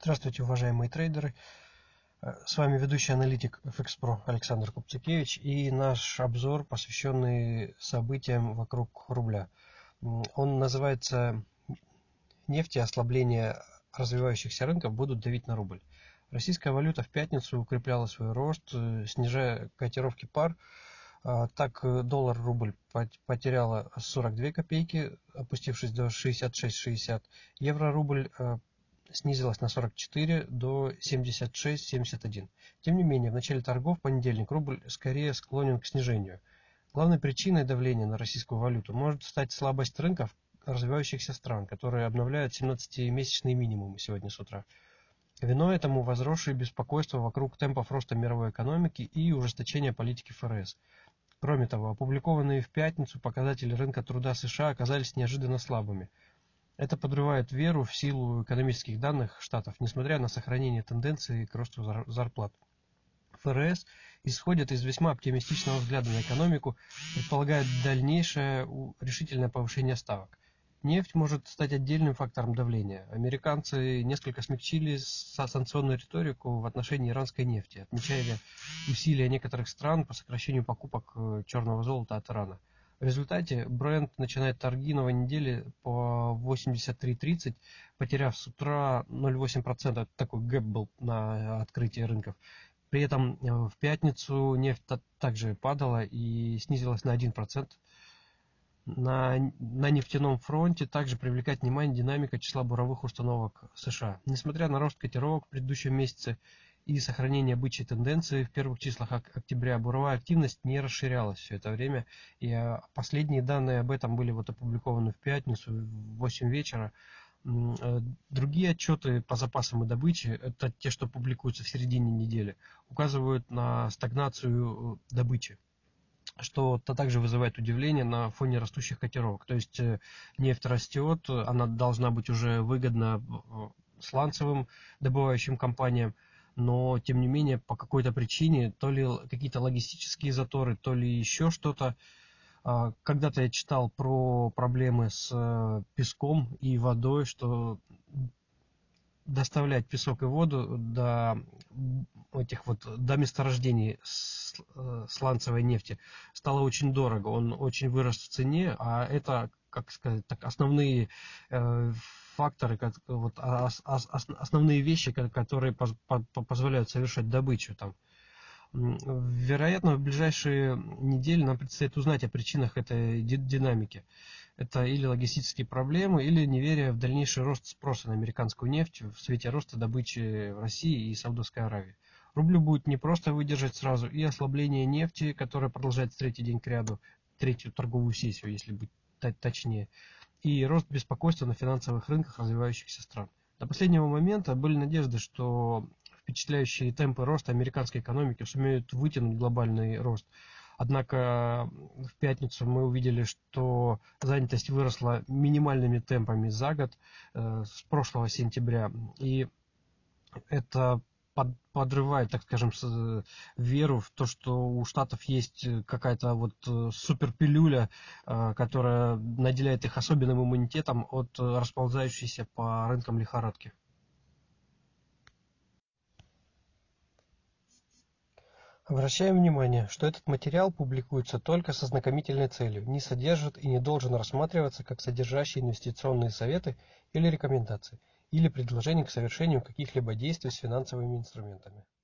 Здравствуйте, уважаемые трейдеры. С вами ведущий аналитик FXPro Александр Купцикевич и наш обзор, посвященный событиям вокруг рубля. Он называется «Нефть и ослабление развивающихся рынков будут давить на рубль». Российская валюта в пятницу укрепляла свой рост, снижая котировки пар. Так, доллар-рубль потеряла 42 копейки, опустившись до 66,60. Евро-рубль снизилась на 44 до 76,71. Тем не менее, в начале торгов в понедельник рубль скорее склонен к снижению. Главной причиной давления на российскую валюту может стать слабость рынков развивающихся стран, которые обновляют 17-месячные минимумы сегодня с утра. Виной этому возросшее беспокойство вокруг темпов роста мировой экономики и ужесточения политики ФРС. Кроме того, опубликованные в пятницу показатели рынка труда США оказались неожиданно слабыми. Это подрывает веру в силу экономических данных Штатов, несмотря на сохранение тенденции к росту зарплат. ФРС исходит из весьма оптимистичного взгляда на экономику, предполагает дальнейшее решительное повышение ставок. Нефть может стать отдельным фактором давления. Американцы несколько смягчили санкционную риторику в отношении иранской нефти, отмечая усилия некоторых стран по сокращению покупок черного золота от Ирана. В результате Brent начинает торги новой недели по 83.30, потеряв с утра 0,8%. Такой гэп был на открытии рынков. При этом в пятницу нефть также падала и снизилась на 1%. На нефтяном фронте также привлекает внимание динамика числа буровых установок США. Несмотря на рост котировок в предыдущем месяце и сохранение бычьей тенденции в первых числах октября, буровая активность не расширялась все это время. И последние данные об этом были опубликованы в пятницу в 8 вечера. Другие отчеты по запасам и добыче, это те, что публикуются в середине недели, указывают на стагнацию добычи, что также вызывает удивление на фоне растущих котировок. То есть нефть растет, она должна быть уже выгодна сланцевым добывающим компаниям, но тем не менее по какой-то причине, то ли какие-то логистические заторы, то ли еще что-то. Когда-то я читал про проблемы с песком и водой, что доставлять песок и воду до месторождений сланцевой нефти стало очень дорого. Он очень вырос в цене, а это, как сказать, основные факторы, основные вещи, которые позволяют совершать добычу там. Вероятно, в ближайшие недели нам предстоит узнать о причинах этой динамики. Это или логистические проблемы, или неверие в дальнейший рост спроса на американскую нефть в свете роста добычи в России и Саудовской Аравии. Рублю будет непросто выдержать сразу и ослабление нефти, которое продолжается третий день к ряду, третью торговую сессию, если быть точнее, и рост беспокойства на финансовых рынках развивающихся стран. До последнего момента были надежды, что впечатляющие темпы роста американской экономики сумеют вытянуть глобальный рост. Однако в пятницу мы увидели, что занятость выросла минимальными темпами за год с прошлого сентября. И это подрывает, так скажем, веру в то, что у Штатов есть какая-то суперпилюля, которая наделяет их особенным иммунитетом от расползающейся по рынкам лихорадки. Обращаем внимание, что этот материал публикуется только с ознакомительной целью, не содержит и не должен рассматриваться как содержащий инвестиционные советы или рекомендации, или предложения к совершению каких-либо действий с финансовыми инструментами.